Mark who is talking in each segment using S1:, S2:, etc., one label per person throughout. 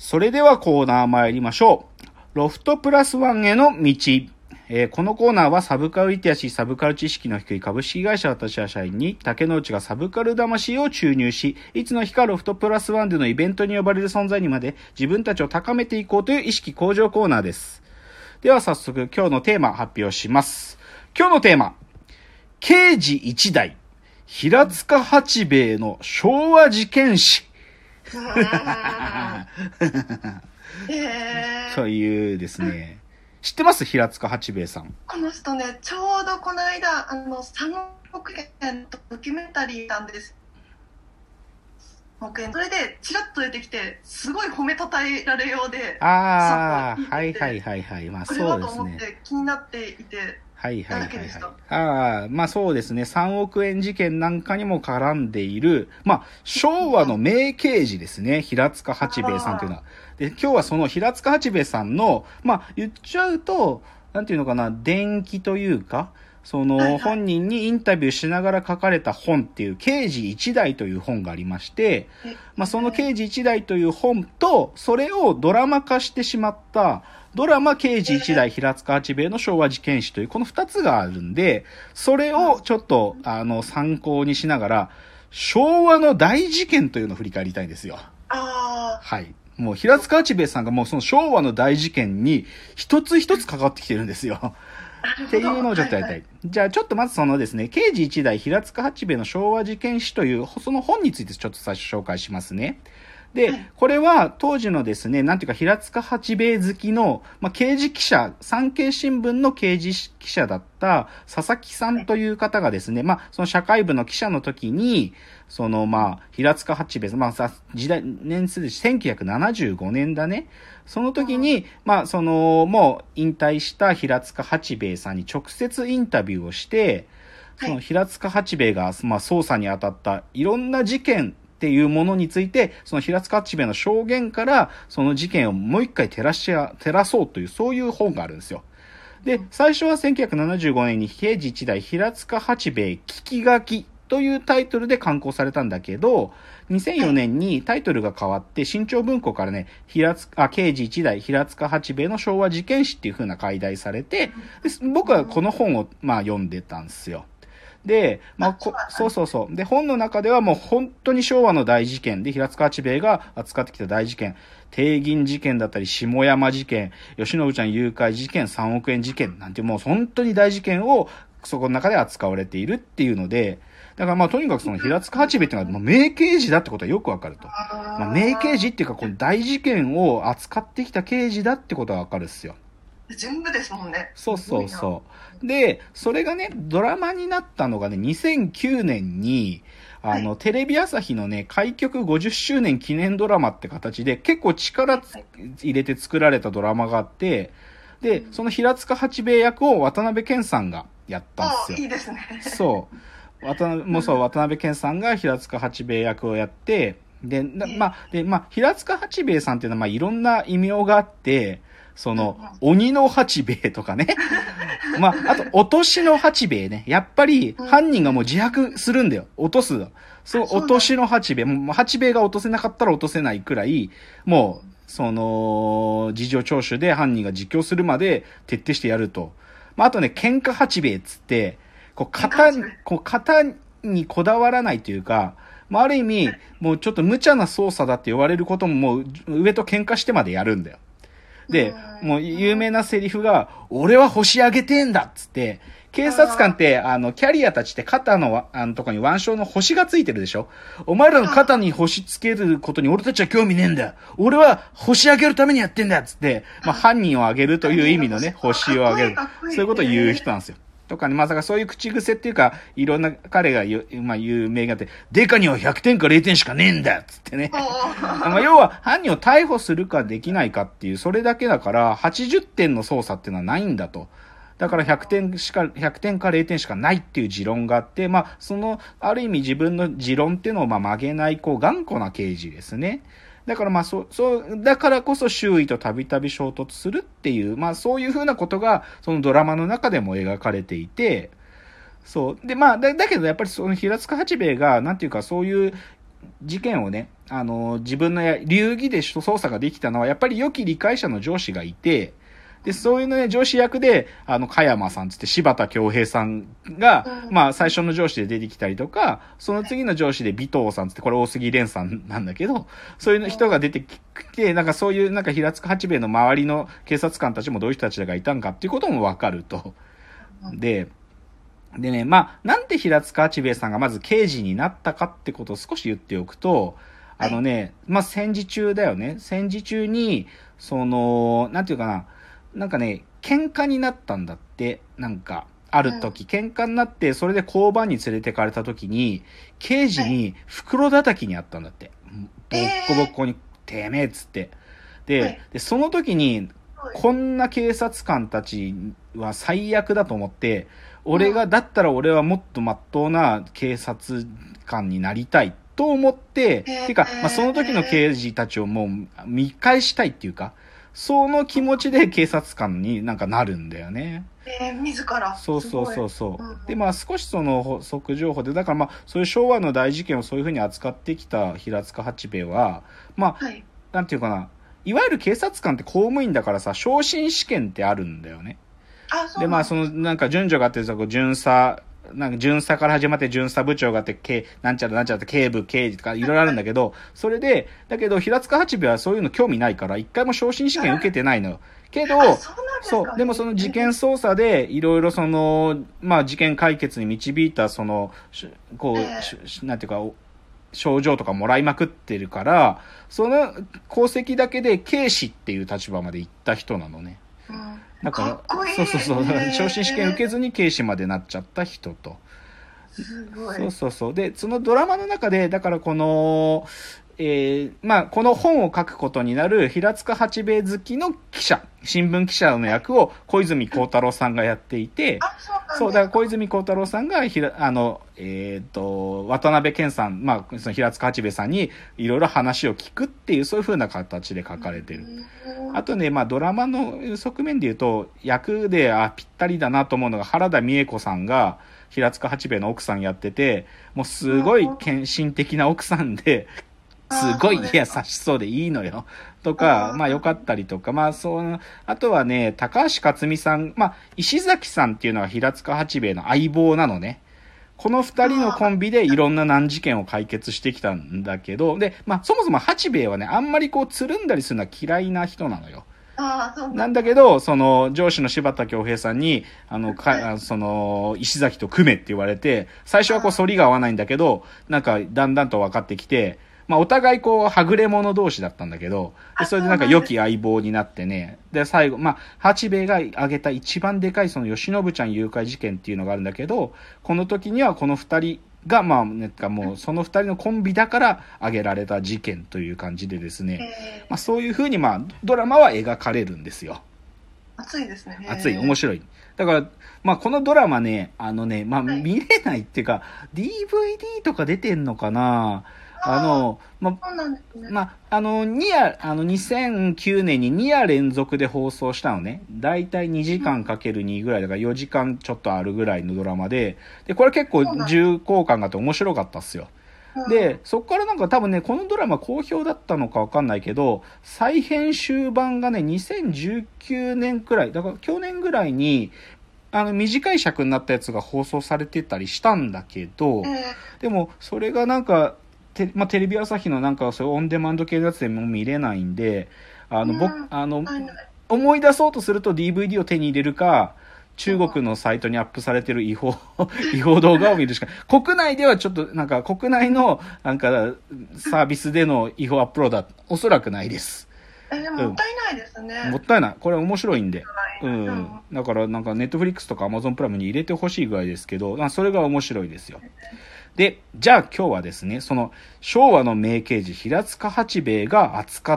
S1: それではコーナー参りましょう。ロフトプラスワンへの道。このコーナーはサブカルリテラシー、サブカル知識の低い株式会社私は社員に竹之内がサブカル魂を注入し、いつの日かロフトプラスワンでのイベントに呼ばれる存在にまで自分たちを高めていこうという意識向上コーナーです。では早速今日のテーマ発表します。今日のテーマ、刑事一代、平塚八兵衛の昭和事件史。というですね。知ってます？平塚八兵衛さん。
S2: この人ね、ちょうどこの間3億円とドキュメンタリーなんです。それでチラッと出てきてすごい褒めたたえられようで、
S1: はいはいはいはい。まあそうですね。
S2: これはと思って気になっていて。
S1: はいはいはいはい。まあそうですね。3億円事件なんかにも絡んでいる、まあ昭和の名刑事ですね。平塚八兵衛さんというのは。で、今日はその平塚八兵衛さんの、まあ言っちゃうと、なんていうのかな、伝記というか、その本人にインタビューしながら書かれた本っていう刑事一代という本がありまして、まあその刑事一代という本と、それをドラマ化してしまった、ドラマ刑事一代平塚八兵衛の昭和事件史というこの2つがあるんで、それをちょっと参考にしながら、昭和の大事件というのを振り返りたいんですよ。はい。もう平塚八兵衛さんがもうその昭和の大事件に一つ一つ関わってきてるんですよ。っていうのをちょっとやりたい。じゃあちょっとまずそのですね、刑事一代平塚八兵衛の昭和事件史というその本についてちょっと最初紹介しますね。で、これは当時のですね、なんていうか平塚八兵衛好きの、まあ、刑事記者、産経新聞の刑事記者だった佐々木さんという方がですね、まあ、その社会部の記者の時に、そのまあ、平塚八兵衛、まあ時代、年数で1975年だね。その時に、まあ、その、もう引退した平塚八兵衛さんに直接インタビューをして、その平塚八兵衛が、まあ、捜査に当たったいろんな事件、っていうものについて、その平塚八兵衛の証言から、その事件をもう一回照らそうという、そういう本があるんですよ。で、最初は1975年に刑事一代平塚八兵衛聞き書きというタイトルで刊行されたんだけど、2004年にタイトルが変わって、新潮文庫からね、刑事一代平塚八兵衛の昭和事件史っていう風な解題されて、僕はこの本をまあ読んでたんですよ。で、まあ、そう。で、本の中ではもう本当に昭和の大事件で、平塚八兵衛が扱ってきた大事件、帝銀事件だったり、下山事件、吉信ちゃん誘拐事件、3億円事件なんてもう本当に大事件をそこの中で扱われているっていうので、だからまあとにかくその平塚八兵衛っていうのは名刑事だってことはよくわかると。まあ、名刑事っていうかこの大事件を扱ってきた刑事だってことはわかるっすよ。
S2: 全部ですもんね。
S1: そう。で、それがね、ドラマになったのがね、2009年に、テレビ朝日のね、開局50周年記念ドラマって形で、結構力入れて作られたドラマがあって、で、その平塚八兵衛役を渡辺謙さんがやったんですよ。
S2: いいですね。
S1: そう。渡辺謙さんが平塚八兵衛役をやって、で、平塚八兵衛さんっていうのは、まあ、いろんな異名があって、その、鬼の八兵衛とかね。まあ、あと、落としの八兵衛ね。やっぱり、犯人がもう自白するんだよ。落とす。その落としの八兵衛。もう八兵衛が落とせなかったら落とせないくらい、もう、その、事情聴取で犯人が自供するまで徹底してやると。まあ、あとね、喧嘩八兵衛っつって、型にこだわらないというか、まあ、ある意味、もうちょっと無茶な捜査だって言われることももう上と喧嘩してまでやるんだよ。で、もう有名なセリフが、俺は星あげてんだっつって、警察官って、キャリアたちって肩の、とかに腕章の星がついてるでしょ？お前らの肩に星つけることに俺たちは興味ねえんだ。俺は星あげるためにやってんだっつって、まあ、犯人をあげるという意味のね、星をあげる。そういうことを言う人なんですよ。とかね、まさかそういう口癖っていうか、いろんな彼がまあ、有名があって、デカには100点か0点しかねえんだっつってね。まあ、要は、犯人を逮捕するかできないかっていう、それだけだから、80点の捜査っていうのはないんだと。だから100点か0点しかないっていう持論があって、まあ、その、ある意味自分の持論っていうのをまあ曲げない、頑固な刑事ですね。だからまあだからこそ周囲とたびたび衝突するっていう、まあそういうふうなことが、そのドラマの中でも描かれていて、そう。で、まあ、だけどやっぱりその平塚八兵衛が、なんていうかそういう、 事件をね、自分の流儀で捜査ができたのは、やっぱり良き理解者の上司がいて、で、そういうのね、上司役で、加山さんつって柴田恭平さんが、まあ、最初の上司で出てきたりとか、その次の上司で尾藤さんつって、これ大杉蓮さんなんだけど、そういう人が出てきて、なんかそういう、なんか平塚八兵衛の周りの警察官たちもどういう人たちがいたんかっていうこともわかると。でね、まあ、なんで平塚八兵衛さんがまず刑事になったかってことを少し言っておくと、まあ、戦時中だよね。戦時中に、なんていうかな、なんかね、喧嘩になったんだって。なんか、ある時、喧嘩になって、それで交番に連れてかれた時に、刑事に袋叩きにあったんだって。ボッコボッコに、てめえっつって。で、その時に、こんな警察官たちは最悪だと思って、だったら俺はもっと真っ当な警察官になりたいと思って、ていうか、まあ、その時の刑事たちをもう見返したいっていうか、その気持ちで警察官になんかなるんだよね。
S2: 自ら。
S1: そう。で、まあ少しその補足情報で、だからまあそういう昭和の大事件をそういうふうに扱ってきた平塚八兵衛は、まあ、なんていうかな、いわゆる警察官って公務員だからさ、昇進試験ってあるんだよね。で、まあなんか順序があってさ、巡査から始まって巡査部長があって、なんちゃらって警部、刑事とかいろいろあるんだけど、それで、だけど平塚八兵衛はそういうの興味ないから、一回も昇進試験受けてないのよ。けど、でもその事件捜査で、いろいろまあ事件解決に導いた、なんていうか、賞状とかもらいまくってるから、その功績だけで警視っていう立場まで行った人なのね。だから、昇進試験受けずに警視までなっちゃった人と。
S2: すごい。
S1: そう。で、そのドラマの中で、だからこの、まあ、この本を書くことになる平塚八兵衛好きの記者、新聞記者の役を小泉孝太郎さんがやっていて、だから小泉孝太郎さんが渡辺謙さん、まあ、その平塚八兵衛さんにいろいろ話を聞くっていう、そういう風な形で書かれてる。あとね、まあ、ドラマの側面で言うと、役で、ぴったりだなと思うのが原田美恵子さんが、平塚八兵衛の奥さんやってて、もうすごい献身的な奥さんで、すごい優しそうでいいのよ。とか、まあ良かったりとか、まああとはね、高橋克実さん、まあ石崎さんっていうのは平塚八兵衛の相棒なのね。この二人のコンビでいろんな難事件を解決してきたんだけど、で、まあそもそも八兵衛はね、あんまりこうつるんだりするのは嫌いな人なのよ。なんだけど、その上司の柴田恭平さんに、石崎と組めって言われて、最初はこう反りが合わないんだけど、なんかだんだんと分かってきて、まあお互いこうはぐれ者同士だったんだけど、それでなんか良き相棒になってね、で最後、まあ八兵衛が挙げた一番でかいその吉信ちゃん誘拐事件っていうのがあるんだけど、この時にはこの二人が、まあ、なんかもう、その二人のコンビだから挙げられた事件という感じでですね、まあそういう風にまあ、ドラマは描かれるんですよ。
S2: 熱いですね。
S1: 熱い、面白い。だから、まあこのドラマね、まあ見れないっていうか、DVD とか出てんのかな、2009年に2夜連続で放送したのね。だいたい2時間かける2ぐらいだから4時間ちょっとあるぐらいのドラマで、で、これ結構重厚感があって面白かったっすよ。で、そっからなんか多分ね、このドラマ好評だったのかわかんないけど、再編集版がね、2019年くらい、だから去年ぐらいに、短い尺になったやつが放送されてたりしたんだけど、でも、それがなんか、まあ、テレビ朝日のなんかそういうオンデマンド系のやつでも見れないんで、思い出そうとすると DVD を手に入れるか、中国のサイトにアップされてる違法動画を見るしか、国内ではちょっとなんか国内のなんかサービスでの違法アップロードはおそらくないです。
S2: でももったいないですね。
S1: もったいない。これ面白いんで。だからなんかネットフリックスとかアマゾンプライムに入れてほしいぐらいですけど、それが面白いですよ。で、じゃあ今日はですね、その昭和の名刑事平塚八兵衛が扱った、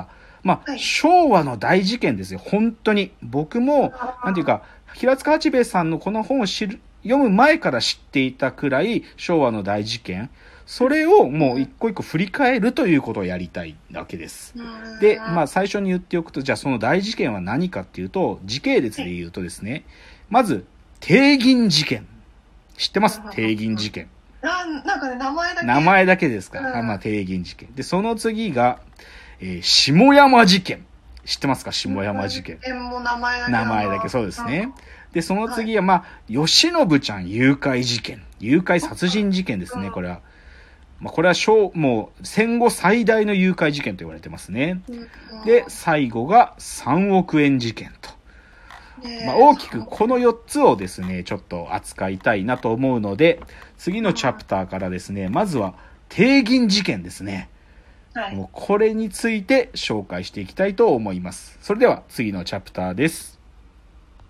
S1: まあ、昭和の大事件ですよ。本当に。僕も、なんていうか、平塚八兵衛さんのこの本を読む前から知っていたくらい昭和の大事件。それをもう一個一個振り返るということをやりたいわけです。で、まあ最初に言っておくと、じゃあその大事件は何かっていうと、時系列で言うとですね、まず、帝銀事件。知ってます？帝銀事件。
S2: なんかね、名前だけ。
S1: 名前だけですか。まあ、帝銀事件。で、その次が、下山事件。知ってますか？下山事件。
S2: も名前だけ。
S1: 名前だけ、そうですね。で、その次は、まあ、慶喜ちゃん誘拐事件。誘拐殺人事件ですね、これは。まあ、これはもう戦後最大の誘拐事件と言われてますね。で、最後が3億円事件と。まあ、大きくこの4つをですね、ちょっと扱いたいなと思うので、次のチャプターからですね、まずは帝銀事件ですね。もうこれについて紹介していきたいと思います。それでは次のチャプターです。